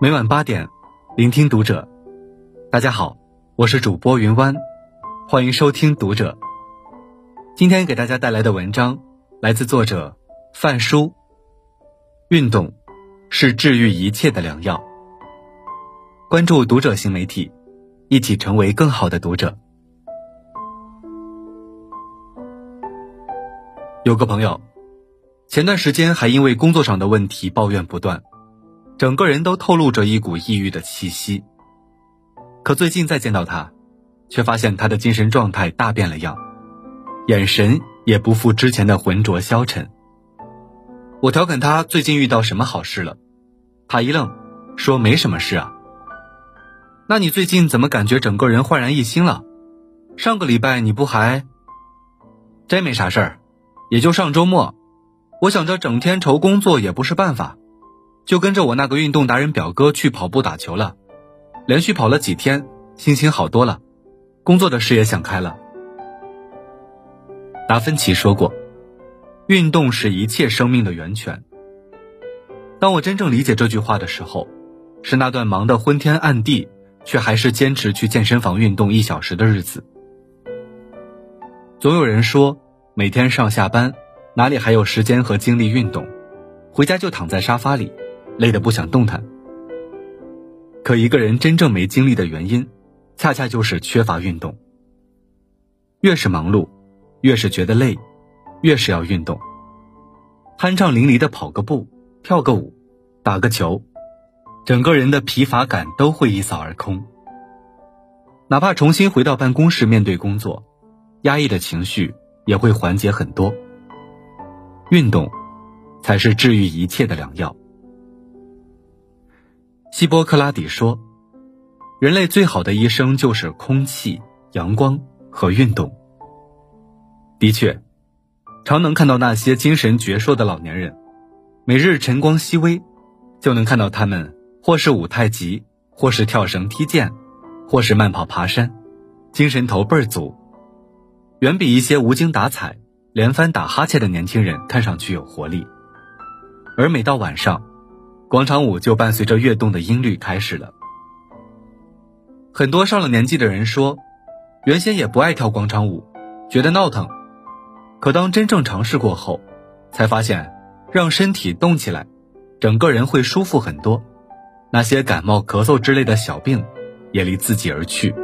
每晚8点，聆听读者。大家好，我是主播云湾，欢迎收听读者。今天给大家带来的文章来自作者范书。运动是治愈一切的良药。关注读者新媒体，一起成为更好的读者。有个朋友，前段时间还因为工作上的问题抱怨不断，整个人都透露着一股抑郁的气息。可最近再见到他，却发现他的精神状态大变了样，眼神也不复之前的浑浊消沉。我调侃他最近遇到什么好事了，他一愣，说没什么事啊。那你最近怎么感觉整个人焕然一新了？上个礼拜你不还……真没啥事儿，也就上周末，我想着整天愁工作也不是办法，就跟着我那个运动达人表哥去跑步打球了，连续跑了几天，心情好多了，工作的事也想开了。达芬奇说过，运动是一切生命的源泉。当我真正理解这句话的时候，是那段忙得昏天暗地，却还是坚持去健身房运动1小时的日子。总有人说，每天上下班，哪里还有时间和精力运动，回家就躺在沙发里，累得不想动弹。可一个人真正没精力的原因，恰恰就是缺乏运动。越是忙碌，越是觉得累，越是要运动。酣畅淋漓地跑个步，跳个舞，打个球，整个人的疲乏感都会一扫而空。哪怕重新回到办公室面对工作，压抑的情绪也会缓解很多。运动才是治愈一切的良药。希波克拉底说，人类最好的医生就是空气、阳光和运动。的确，常能看到那些精神矍铄的老年人，每日晨光熹微，就能看到他们或是舞太极，或是跳绳踢毽，或是慢跑爬山，精神头倍儿足，远比一些无精打采连番打哈欠的年轻人看上去有活力。而每到晚上，广场舞就伴随着跃动的音律开始了。很多上了年纪的人说，原先也不爱跳广场舞，觉得闹腾，可当真正尝试过后，才发现让身体动起来，整个人会舒服很多，那些感冒咳嗽之类的小病也离自己而去。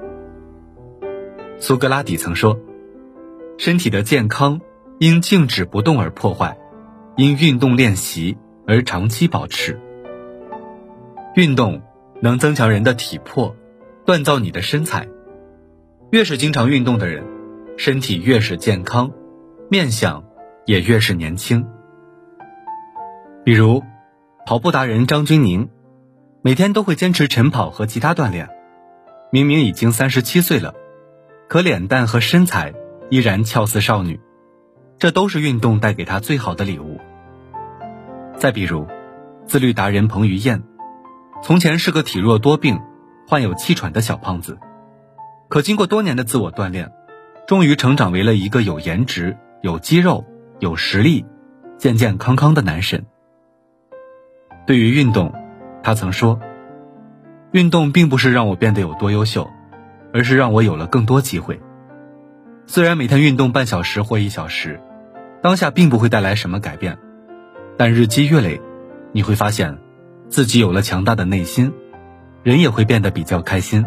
苏格拉底曾说，身体的健康因静止不动而破坏，因运动练习而长期保持。运动能增强人的体魄，锻造你的身材。越是经常运动的人，身体越是健康，面相也越是年轻。比如跑步达人张钧甯，每天都会坚持晨跑和其他锻炼，明明已经37岁了，可脸蛋和身材依然俏似少女，这都是运动带给她最好的礼物。再比如自律达人彭于晏，从前是个体弱多病、患有气喘的小胖子，可经过多年的自我锻炼，终于成长为了一个有颜值、有肌肉、有实力、健健康康的男神。对于运动，他曾说，运动并不是让我变得有多优秀，而是让我有了更多机会。虽然每天运动半小时或1小时，当下并不会带来什么改变，但日积月累，你会发现自己有了强大的内心，人也会变得比较开心。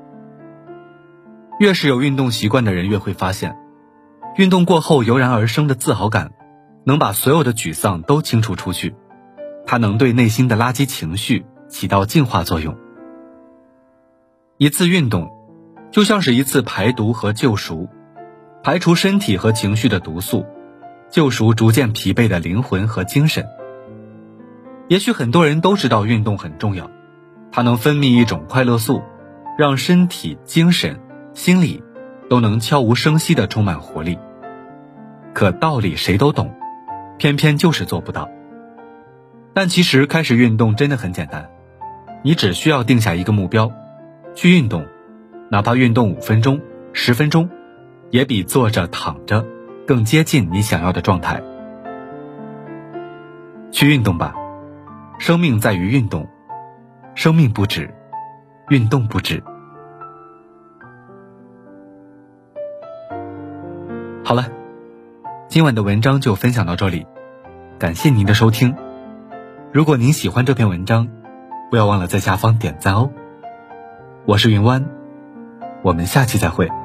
越是有运动习惯的人越会发现，运动过后油然而生的自豪感，能把所有的沮丧都清除出去，它能对内心的垃圾情绪起到净化作用。一次运动就像是一次排毒和救赎，排除身体和情绪的毒素，救赎逐渐疲惫的灵魂和精神。也许很多人都知道运动很重要，它能分泌一种快乐素，让身体、精神、心理都能悄无声息地充满活力。可道理谁都懂，偏偏就是做不到。但其实开始运动真的很简单，你只需要定下一个目标，去运动，哪怕运动5分钟、10分钟，也比坐着躺着更接近你想要的状态。去运动吧，生命在于运动， 生命不止，运动不止。好了，今晚的文章就分享到这里，感谢您的收听。如果您喜欢这篇文章，不要忘了在下方点赞哦。我是云湾，我们下期再会。